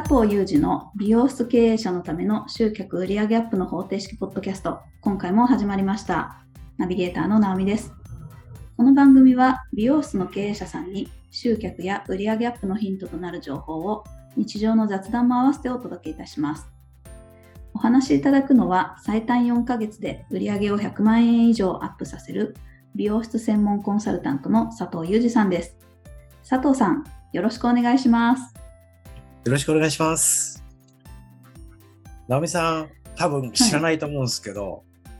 藤裕二の美容室経営者のための集客売上アップの方程式ポッドキャスト、今回も始まりました。ナビゲーターの直美です。この番組は美容室の経営者さんに集客や売上アップのヒントとなる情報を日常の雑談も合わせてお届けいたします。お話しいただくのは最短4ヶ月で売上を100万円以上アップさせる美容室専門コンサルタントの佐藤裕二さんです。佐藤さん、よろしくお願いします。 よろしくお願いします。直美さん、多分知らないと思うんですけど、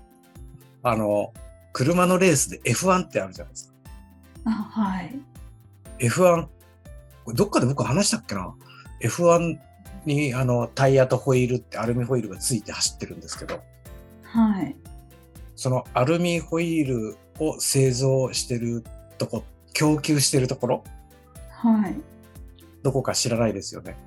車のレースで F1 ってあるじゃないですか。 はい。 F1、どっかで僕話したっけな？ F1 にタイヤとホイールってアルミホイールがついて走ってるんですけど、 はい。 そのアルミホイールを製造してるとこ、供給してるところ、 はい。 どこか知らないですよね。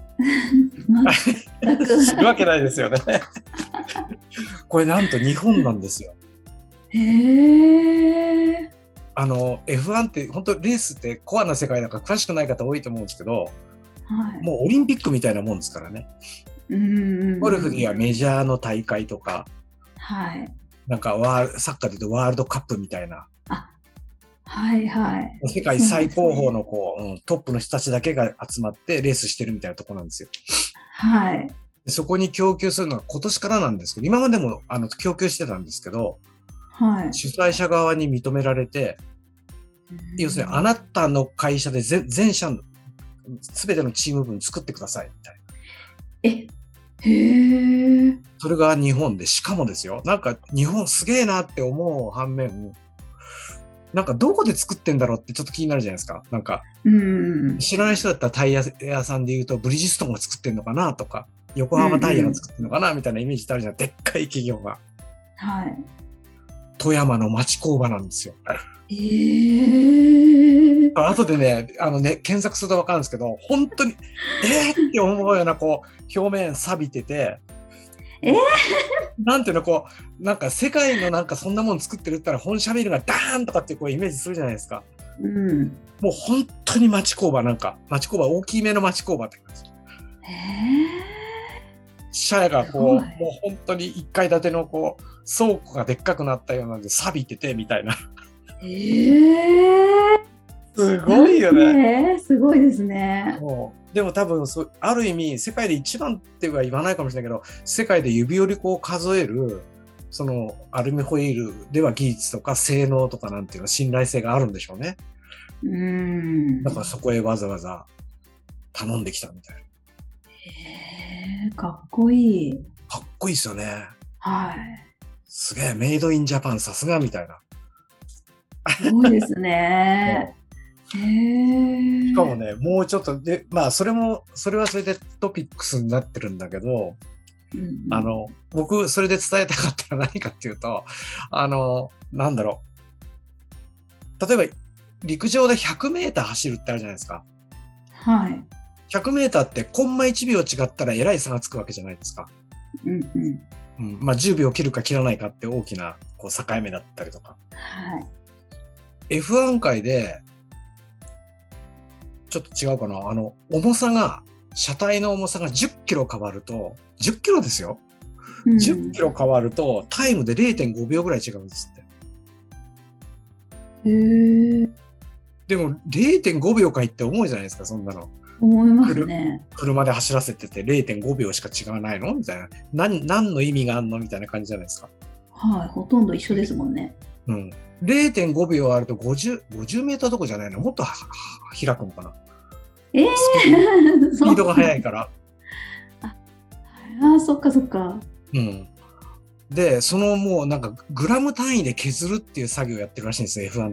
全く知るわけないですよね。これなんと日本なんですよ。F1 って本当レースってコアな世界だから詳しくない方多いと思うんですけど、 はい、 もうオリンピックみたいなもんですからね。ゴルフにはメジャーの大会とか、 はい、 なんかサッカーで言うとワールドカップみたいな、 はいはい、 世界最高峰のトップの人たちだけが集まってレースしてるみたいなところなんですよ。 はい。 そこに供給するのが今年からなんですけど、今までも供給してたんですけど、 はい、 主催者側に認められて、要するにあなたの会社で全社の全てのチーム分作ってくださいみたいな。それが日本で、しかもですよ、なんか日本すげえなって思う反面、なんかどこで作ってんだろうってちょっと気になるじゃないですか。なんか知らない人だったらタイヤ屋さんで言うとブリヂストンが作ってんのかなとか、横浜タイヤが作ってんのかなみたいなイメージってあるじゃん。でっかい企業が。 はい。 富山の町工場なんですよ。後でね、検索すると分かるんですけど、本当に、って思うような、表面錆びてて、なんていうの、なんか世界のなんかそんなもの作ってるって言ったら、本社ビルがダーンとかってイメージするじゃないですか。もう本当に町工場、大きめの町工場って感じ。社がもう本当に1階建ての倉庫がでっかくなったようなんで錆びててみたいな。すごいよね。 すごいですね。 でも多分ある意味世界で一番っては言わないかもしれないけど、世界で指折り数えるそのアルミホイールでは技術とか性能とかなんていうの信頼性があるんでしょうね。だからそこへわざわざ頼んできたみたいな。 かっこいい。 かっこいいですよね。 はい。 すげえ、メイドインジャパンさすがみたいな。 すごいですね。 しかもね、もうちょっとで、それはそれでトピックスになってるんだけど、僕それで伝えたかったのは何かっていうと、なんだろう。例えば陸上で100メーター走るってあるじゃないですか。 はい。 100メーターってコンマ1秒違ったらえらい差がつくわけじゃないですか。10秒切るか切らないかって大きな境目だったりとか。 はい。 F1 界でちょっと違うかな。重さが、車体の重さが10キロ変わると、10キロですよ。10キロ変わると、タイムで 0.5 秒ぐらい違うんですって。でも、0.5 秒かいって思うじゃないですか、そんなの。 思いますね。 車で走らせてて 0.5 秒しか違わないのみたいな。何の意味があるのみたいな感じじゃないですか。 はい、ほとんど一緒ですもんね。 0.5 秒あると50メーターどころじゃないの？もっと開くのかな？スピードが速いから。 そっかそっか。 で、もうなんかグラム単位で削るっていう作業をやってるらしいんですよ、F1 って。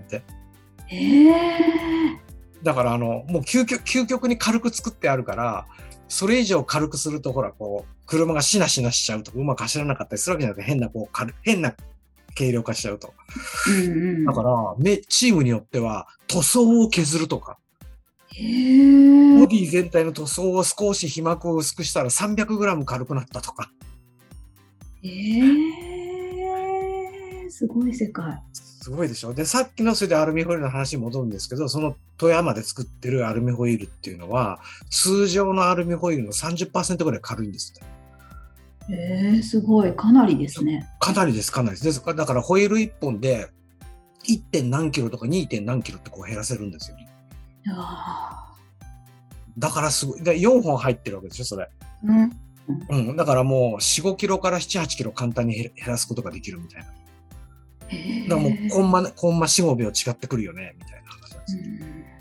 だからもう究極に軽く作ってあるから、それ以上軽くするとほら車がしなしなしちゃうとうまく走らなかったりするわけじゃなくて、変な軽量化しちゃうと。だからチームによっては塗装を削るとか、ボディ全体の塗装を少し被膜を薄くしたら 300g 軽くなったとか。 すごい世界。 すごいでしょ。で、さっきのそれでアルミホイルの話に戻るんですけど、その富山で作ってるアルミホイルっていうのは、通常のアルミホイルの 30% ぐらい軽いんですって。 すごい。かなりですね。 かなりです、かなりです。だからホイール1本で 1. 点何キロとか 2. 点何キロってこう減らせるんですよ。だからすごい。で、4本入ってるわけでしょ、それ。だからもう4、5キロから7、8キロ簡単に減らすことができるみたいな。だからもうコンマ4、5秒違ってくるよね、みたいな話なん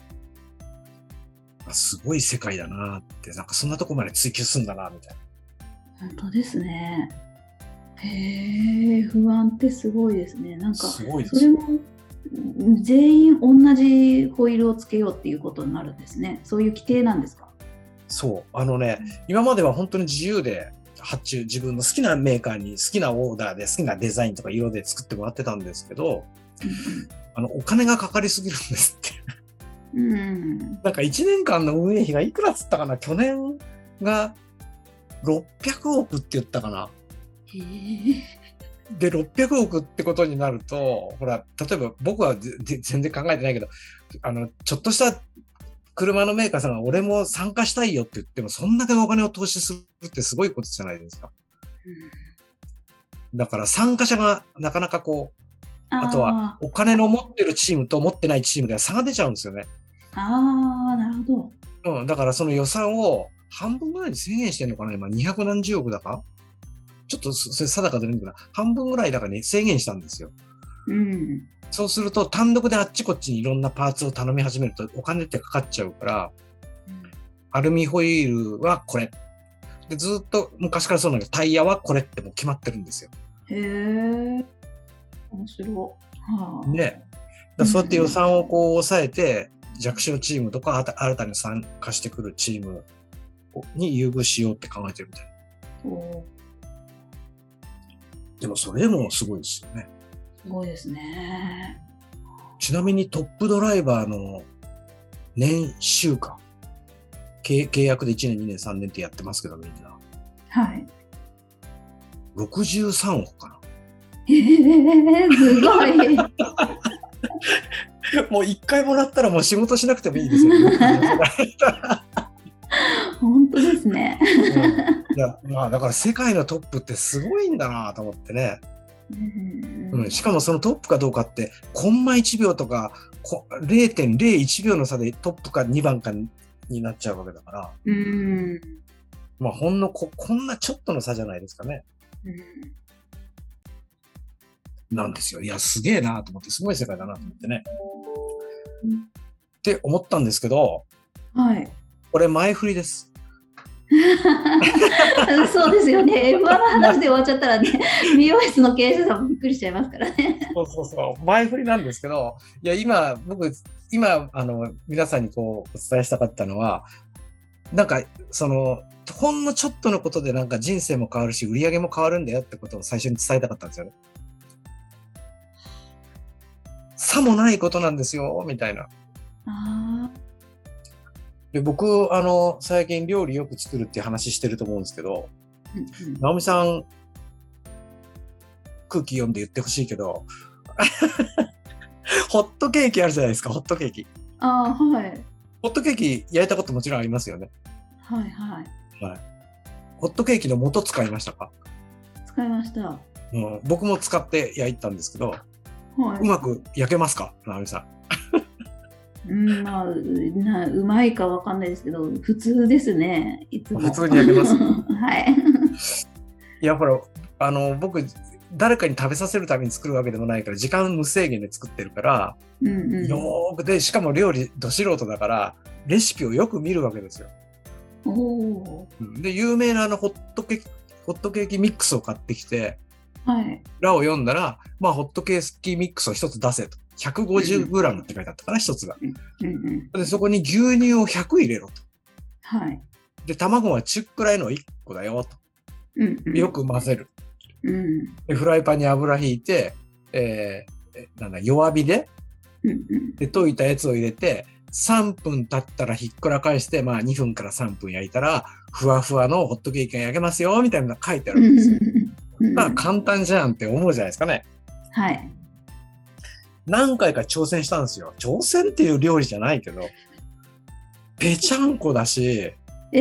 ですよ。すごい世界だなって、なんかそんなとこまで追求するんだな、みたいな。本当ですね。不安ってすごいですね。なんか、それも全員同じホイールをつけようっていうことになるんですね。そういう規定なんですか？ そう。今までは本当に自由で発注、自分の好きなメーカーに好きなオーダーで好きなデザインとか色で作ってもらってたんですけど、お金がかかりすぎるんですって。なんか1年間の運営費がいくらつったかな、去年が600億って言ったかな。で、600億ってことになると、ほら、例えば僕は全然考えてないけど、ちょっとした車のメーカーさんが俺も参加したいよって言っても、そんだけのお金を投資するってすごいことじゃないですか。だから参加者がなかなかあとはお金の持ってるチームと持ってないチームでは差が出ちゃうんですよね。 なるほど。だからその予算を半分ぐらいに制限してるのかな、今200何十億だかちょっとそれ定かでないんだけど、半分ぐらいだからね、制限したんですよ。そうすると単独であっちこっちにいろんなパーツを頼み始めるとお金ってかかっちゃうから、アルミホイールはこれ。で、ずっと昔からそうなんだけど、タイヤはこれってもう決まってるんですよ。 面白い。 ね。そうやって予算を抑えて、弱小チームとか新たに参加してくるチームに優遇しようって考えてるみたいな。でもそれでもすごいですよね。 すごいですね。 ちなみにトップドライバーの年収か。契約で1年、2年、3年ってやってますけど、みんな。 はい。 63億かな。 すごい。 もう1回もらったらもう仕事しなくてもいいですよね。 本当ですね。 だから世界のトップってすごいんだなと思ってね。しかもそのトップかどうかってコンマ1秒とか 0.01 秒の差でトップか2番かになっちゃうわけだから。ほんのこんなちょっとの差じゃないですかね。なんですよ。いや、すげえなと思って、すごい世界だなと思ってね。って思ったんですけど、 はい。 これ前振りです。 そうですよね。F1 の話で終わっちゃったらね、美容室の経営者さんもびっくりしちゃいますからね。 そう。前振りなんですけど、いや、僕、皆さんにお伝えしたかったのは、なんか、ほんのちょっとのことでなんか人生も変わるし、売り上げも変わるんだよってことを最初に伝えたかったんですよね。さもないことなんですよ、みたいな。で、僕、最近料理よく作るっていう話してると思うんですけど、直美さん、空気読んで言ってほしいけど、ホットケーキあるじゃないですか、ホットケーキ。 はい。 ホットケーキ焼いたこともちろんありますよね。 はい。 ホットケーキの素使いましたか？ 使いました。 僕も使って焼いたんですけど、うまく焼けますか、直美さん？ うまいかわかんないですけど、普通ですね。いつも。 普通に焼けます。 はい。 いや、ほら、僕、誰かに食べさせるために作るわけでもないから、時間無制限で作ってるから、よーくで、しかも料理ど素人だから、レシピをよく見るわけですよ。で、有名なホットケーキミックスを買ってきて、裏を読んだら、ホットケーキミックスを一つ出せと。150g って書いてあったかな、一つが。で、そこに牛乳を100入れろと。で、卵は中くらいの1個だよと。よく混ぜる。で、フライパンに油ひいて、弱火で、溶いたやつを入れて、3分経ったらひっくら返して、2分から3分焼いたら、ふわふわのホットケーキが焼けますよ、みたいなのが書いてあるんですよ。簡単じゃんって思うじゃないですかね。 何回か挑戦したんですよ。挑戦っていう料理じゃないけど、ぺちゃんこだし、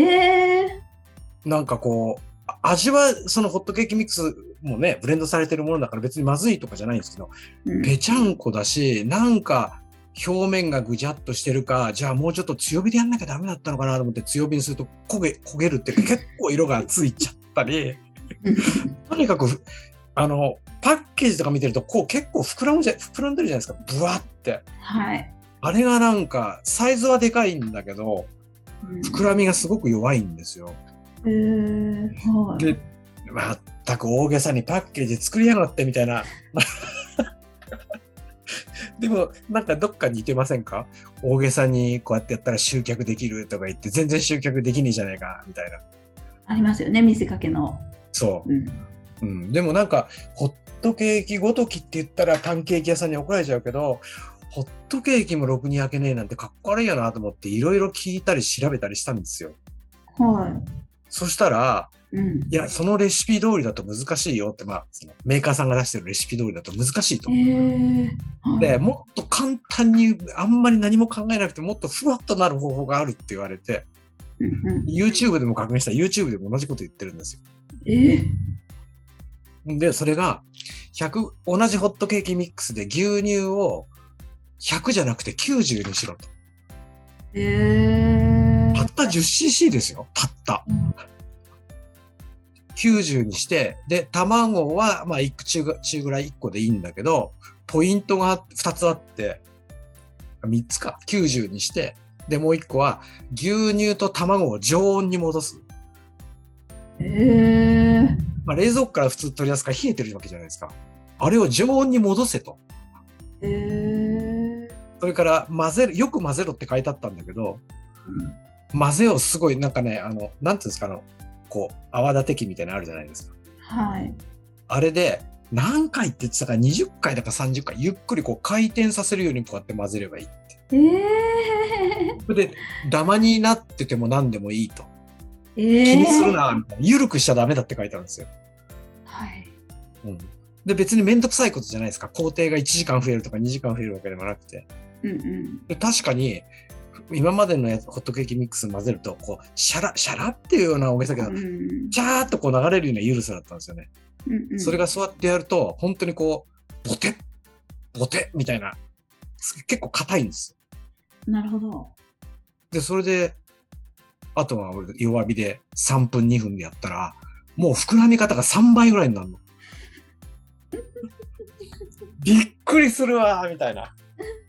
なんかこう、味はそのホットケーキミックスもね、ブレンドされてるものだから別にまずいとかじゃないんですけど、ぺちゃんこだし、なんか表面がぐじゃっとしてるか、じゃあもうちょっと強火でやんなきゃダメだったのかなと思って強火にすると焦げるって結構色がついちゃったり、とにかく、パッケージとか見てると、こう結構膨らんでるじゃないですか、ブワって。 はい。あれがなんか、サイズはでかいんだけど、膨らみがすごく弱いんですよ。 はい。 で、全く大げさにパッケージ作りやがってみたいな。でも、なんかどっか似てませんか？大げさにこうやってやったら集客できるとか言って、全然集客できねえじゃないか、みたいな。 ありますよね、見せかけの。 そう。でもなんか、ホットケーキごときって言ったらパンケーキ屋さんに怒られちゃうけど、ホットケーキもろくに焼けねえなんてかっこ悪いよなと思っていろいろ聞いたり調べたりしたんですよ。 はい。 そしたら、いや、そのレシピ通りだと難しいよって、そのメーカーさんが出してるレシピ通りだと難しいと。で、もっと簡単に、あんまり何も考えなくてもっとふわっとなる方法があるって言われて、YouTube でも確認したら YouTube でも同じこと言ってるんですよ。で、それが、同じホットケーキミックスで牛乳を100じゃなくて90にしろと。たった 10cc ですよ。たった。90にして、で、卵は、中ぐらい1個でいいんだけど、ポイントが2つあって、3つか。90にして、で、もう1個は、牛乳と卵を常温に戻す。冷蔵庫から普通取り出すから冷えてるわけじゃないですか。あれを常温に戻せと。それからよく混ぜろって書いてあったんだけど、混ぜをすごいなんかね、なんていうんですか、こう、泡立て器みたいなのあるじゃないですか。 はい。 あれで、何回って言ってたか20回だか30回、ゆっくりこう回転させるようにこうやって混ぜればいいって。それで、ダマになってても何でもいいと。気にするな、みたいな。緩くしちゃダメだって書いてあるんですよ。 はい。 で、別にめんどくさいことじゃないですか。工程が1時間増えるとか2時間増えるわけでもなくて。で確かに、今までのホットケーキミックス混ぜると、こう、シャラっていうような大げさだけど、チャーっとこう流れるような緩さだったんですよね。それがそうやってやると、本当にこう、ボテみたいな、結構硬いんです。 なるほど。 で、それで、あとは弱火で3分2分でやったら、もう膨らみ方が3倍ぐらいになるの。びっくりするわみたいな。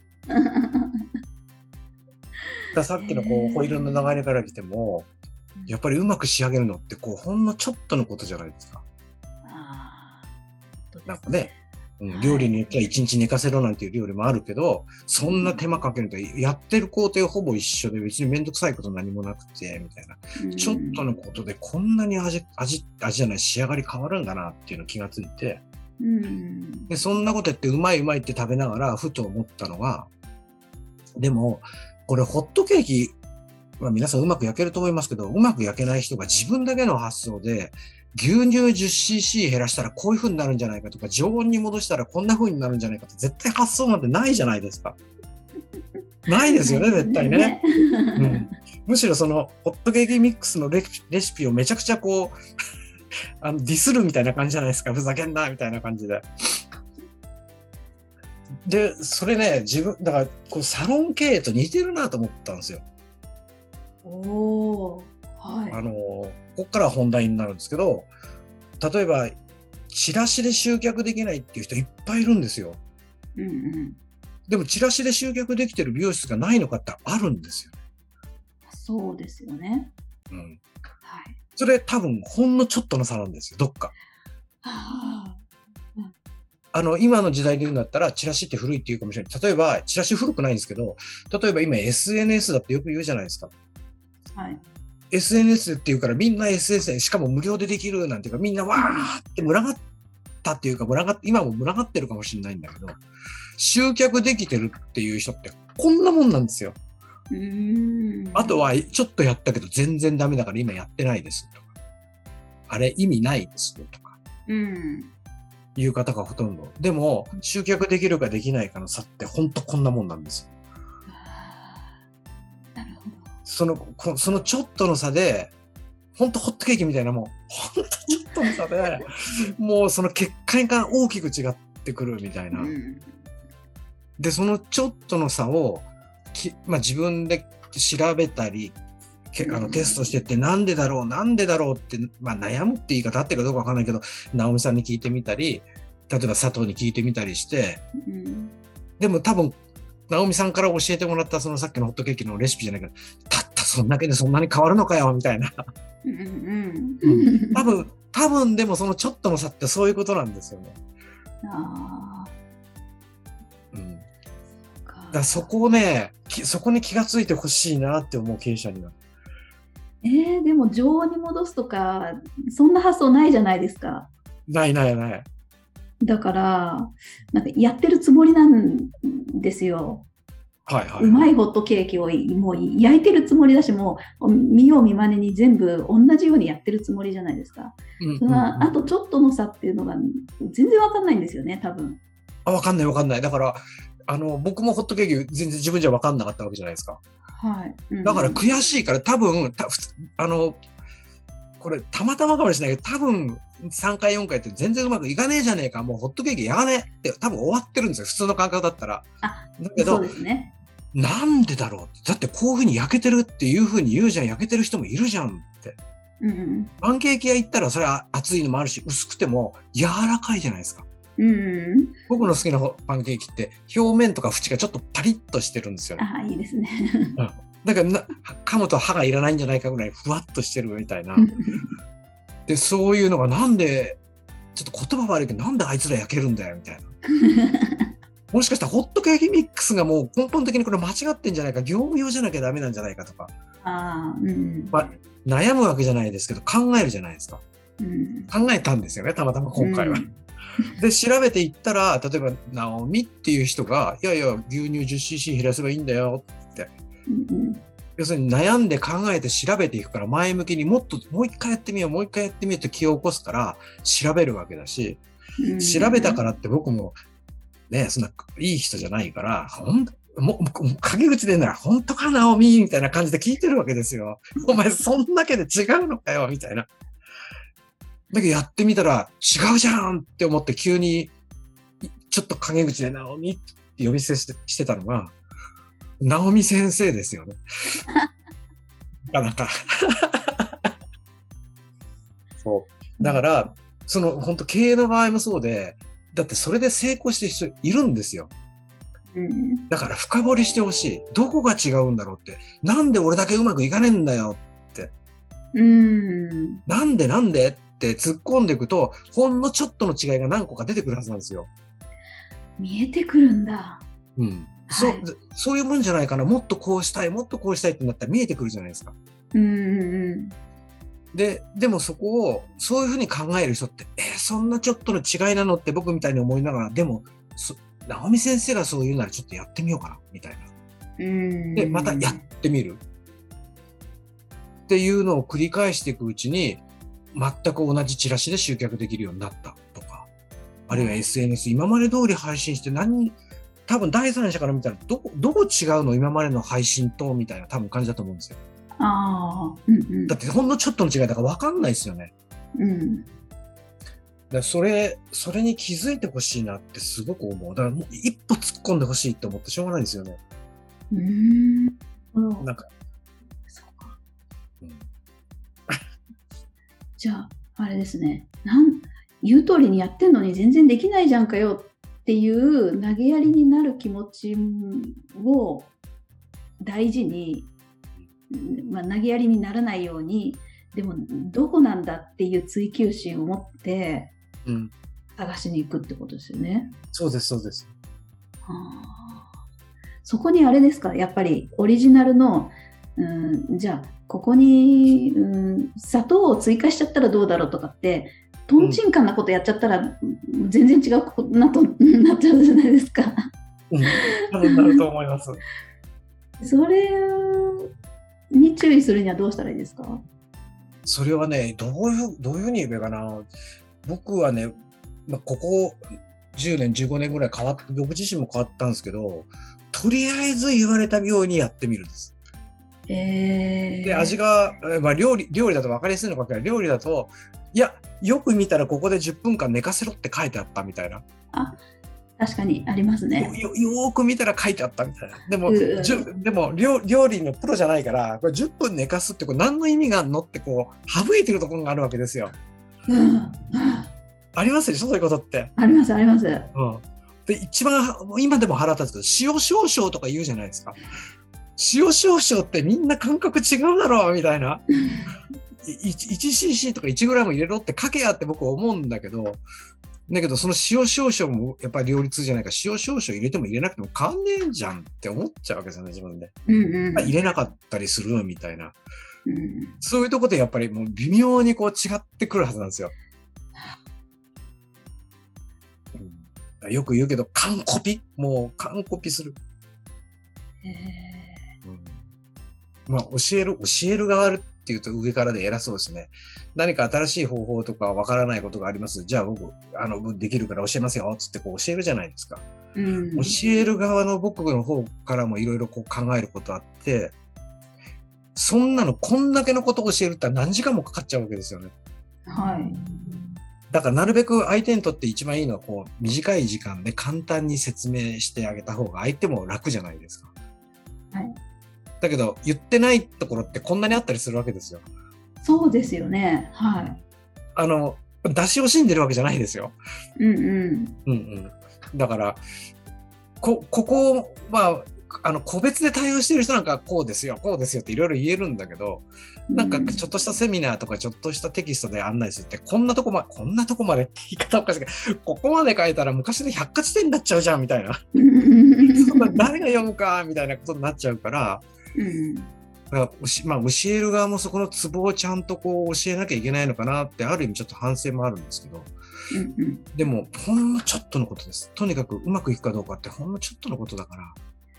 さっきのこうホイールの流れから来ても、やっぱりうまく仕上げるのってこうほんのちょっとのことじゃないですか。なんかね、料理によっては1日寝かせろなんていう料理もあるけど、そんな手間かけるとやってる工程ほぼ一緒で別にめんどくさいこと何もなくてみたいな、ちょっとのことでこんなに味じゃない仕上がり変わるんだなっていうの気がついて、でそんなことやってうまいって食べながらふと思ったのが、でもこれホットケーキは皆さんうまく焼けると思いますけど、うまく焼けない人が自分だけの発想で牛乳 10cc 減らしたらこういう風になるんじゃないかとか、常温に戻したらこんな風になるんじゃないかって絶対発想なんてないじゃないですか。ないですよね、絶対ね。むしろそのホットケーキミックスのレシピをめちゃくちゃこうディスるみたいな感じじゃないですか。ふざけんなみたいな感じで。で、それね、だからこうサロン経営と似てるなと思ったんですよ。 はい。 ここから本題になるんですけど、例えば、チラシで集客できないっていう人いっぱいいるんですよ。でも、チラシで集客できてる美容室がないのかってあるんですよ。 そうですよね。はい。 それ多分、ほんのちょっとの差なんですよ、どっか。今の時代で言うんだったら、チラシって古いって言うかもしれない。例えば、チラシ古くないんですけど、例えば今 SNS だってよく言うじゃないですか。 はい。 SNS っていうからみんな SNS でしかも無料でできるなんていうか、みんなわーって群がったっていうか、今も群がってるかもしれないんだけど、集客できてるっていう人ってこんなもんなんですよ。あとはちょっとやったけど全然ダメだから今やってないですとか、あれ意味ないですとか。 いう方がほとんど。でも、集客できるかできないかの差って本当こんなもんなんですよ。 なるほど。 そのちょっとの差で、本当ホットケーキみたいなもん、本当ちょっとの差で、もうその結果が大きく違ってくるみたいな。で、そのちょっとの差を、自分で調べたり、テストしてってなんでだろうって、悩むって言い方あってるかどうかわかんないけど、直美さんに聞いてみたり、例えば佐藤に聞いてみたりして、でも多分、直美さんから教えてもらったそのさっきのホットケーキのレシピじゃないけど、たったそんだけでそんなに変わるのかよ、みたいな。多分でもそのちょっとの差ってそういうことなんですよね。だからそこをね、そこに気がついてほしいなって思う経営者には。 でも常温に戻すとかそんな発想ないじゃないですか。 ない。 だからなんかやってるつもりなんですよ。うまいホットケーキをもう焼いてるつもりだし、もう見よう見まねに全部同じようにやってるつもりじゃないですか。あとちょっとの差っていうのが全然わかんないんですよね、多分。 わかんない。だから僕もホットケーキ全然自分じゃわかんなかったわけじゃないですか。だから悔しいから多分これたまたまかもしれないけど、多分3回4回って全然うまくいかねえじゃねえか、もうホットケーキやらねえって多分終わってるんですよ、普通の感覚だったら。だけど、 そうですね。 なんでだろうって、だってこういう風に焼けてるっていう風に言うじゃん、焼けてる人もいるじゃんって。パンケーキ屋行ったらそれは熱いのもあるし、薄くても柔らかいじゃないですか。僕の好きなパンケーキって表面とか縁がちょっとパリッとしてるんですよね。 いいですね。 だから噛むと歯がいらないんじゃないかぐらいふわっとしてるみたいな。で、そういうのがなんで、ちょっと言葉悪いけど、なんであいつら焼けるんだよみたいな。もしかしたらホットケーキミックスがもう根本的にこれ間違ってんじゃないか、業務用じゃなきゃダメなんじゃないかとか。悩むわけじゃないですけど、考えるじゃないですか。考えたんですよね、たまたま今回は。で、調べていったら、例えば、直美っていう人が、いやいや、牛乳 10cc 減らせばいいんだよって。要するに悩んで考えて調べていくから、前向きにもう一回やってみようって気を起こすから、調べるわけだし、調べたからって僕も、ね、そんないい人じゃないから、陰口で言うなら、本当か直美みたいな感じで聞いてるわけですよ。お前、そんだけで違うのかよみたいな。だけどやってみたら違うじゃんって思って急にちょっと陰口で直美って呼び捨てしてたのが直美先生ですよね。なかなかそうだから本当経営の場合もそうで、だってそれで成功してる人いるんですよ。だから深掘りしてほしい。どこが違うんだろうって。なんで俺だけうまくいかねえんだよって。なんでって突っ込んでいくと、ほんのちょっとの違いが何個か出てくるはずなんですよ。見えてくるんだ。 そういうもんじゃないかな。もっとこうしたいってなったら見えてくるじゃないですか。でもそこを、そういうふうに考える人って、そんなちょっとの違いなのって僕みたいに思いながら、でも、直美先生がそう言うならちょっとやってみようかな、みたいな。で、またやってみる。っていうのを繰り返していくうちに、全く同じチラシで集客できるようになったとか、あるいは SNS 今まで通り配信して多分第三者から見たらどこ違うの今までの配信とみたいな多分感じだと思うんですよ。だってほんのちょっとの違いだから分かんないですよね。だそれに気づいてほしいなってすごく思う。だからもう一歩突っ込んでほしいって思ってしょうがないですよね。なんかじゃあ、あれですね。言う通りにやってんのに全然できないじゃんかよっていう投げやりになる気持ちを大事に、投げやりにならないように、でもどこなんだっていう追求心を持って探しに行くってことですよね。 そうです。 そこにあれですか、やっぱりオリジナルの、じゃあここに、砂糖を追加しちゃったらどうだろうとかってとんちんかんなことやっちゃったら、全然違うことなっちゃうじゃないですか。 なると思います。 それに注意するにはどうしたらいいですか？ それはね、どういうふうに言えばいいかな。僕はね、 ここ10年、15年ぐらい変わって、僕自身も変わったんですけど、とりあえず言われたようにやってみるんです。で、味が、料理だと分かりやすいのか分からない。料理だと、いや、よく見たらここで10分間寝かせろって書いてあったみたいな。 確かにありますね。 よーく見たら書いてあったみたいな。でも料理のプロじゃないから、これ10分寝かすって何の意味があるのって省いてるところがあるわけですよ。ありますでしょ、そういうことって。 あります、あります。 で、一番、今でも腹立つけど、塩少々とか言うじゃないですか。塩少々ってみんな感覚違うだろうみたいな。1cc とか 1g 入れろって書けやって僕は思うんだけど、その塩少々もやっぱり両立じゃないから、塩少々入れても入れなくても変わんねえじゃんって思っちゃうわけですよね、自分で。入れなかったりするみたいな。そういうところでやっぱりもう微妙に違ってくるはずなんですよ。よく言うけど、完コピする。教える側っていうと上からで偉そうですね。何か新しい方法とかわからないことがあります。じゃあ僕、できるから教えますよ、つって教えるじゃないですか。教える側の僕の方からもいろいろ考えることあって、そんなのこんだけのことを教えるって何時間もかかっちゃうわけですよね。 はい。 だからなるべく相手にとって一番いいのは短い時間で簡単に説明してあげた方が相手も楽じゃないですか。 はい。 だけど言ってないところってこんなにあったりするわけですよ。 そうですよね。はい。 出し惜しんでるわけじゃないですよ。だからここは個別で対応してる人なんかこうですよっていろいろ言えるんだけど、なんかちょっとしたセミナーとかちょっとしたテキストで案内するってこんなとこまでって言い方おかしいけど、ここまで書いたら昔の百科事典になっちゃうじゃんみたいなそんな誰が読むかみたいなことになっちゃうから、だから教える側もそこのツボをちゃんと教えなきゃいけないのかなってある意味ちょっと反省もあるんですけど、でもほんのちょっとのことです。とにかくうまくいくかどうかってほんのちょっとのことだから、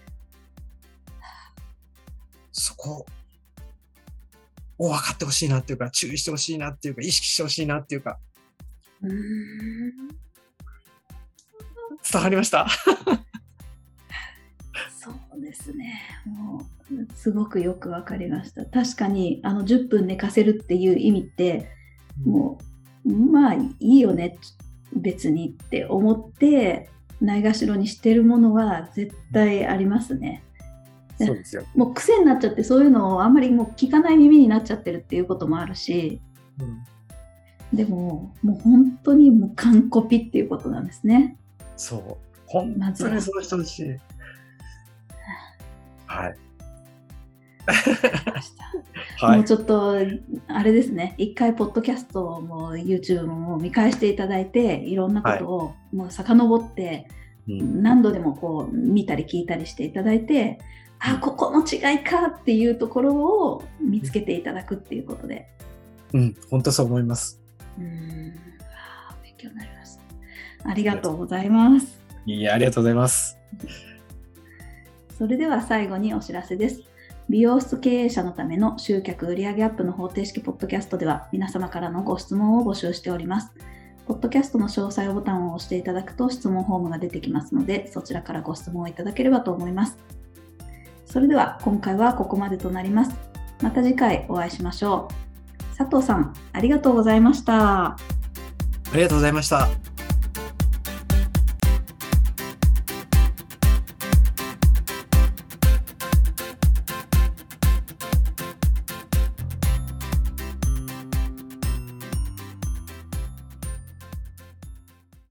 そこを分かってほしいなっていうか、注意してほしいなっていうか、意識してほしいなっていうか。伝わりましたそうですね。もうすごくよく分かりました。確かに10分寝かせるっていう意味って、もうまあいいよね別にって思ってないがしろにしてるものは絶対ありますね。 そうですよ。 もう癖になっちゃって、そういうのをあんまりもう聞かない耳になっちゃってるっていうこともあるし、でももう本当にもう完コピっていうことなんですね。 そう、本当にそうしてほしい。はい。 もうちょっとあれですね、一回ポッドキャストも YouTube も見返していただいて、いろんなことをもう遡って何度でも見たり聞いたりしていただいて、ここの違いかっていうところを見つけていただくっていうことで。 本当そう思います。 勉強になります。ありがとうございます。 いや、ありがとうございます。 それでは最後にお知らせです。美容室経営者のための集客売上アップの方程式ポッドキャストでは皆様からのご質問を募集しております。ポッドキャストの詳細ボタンを押していただくと質問フォームが出てきますので、そちらからご質問をいただければと思います。それでは今回はここまでとなります。また次回お会いしましょう。佐藤さん、ありがとうございました。 ありがとうございました。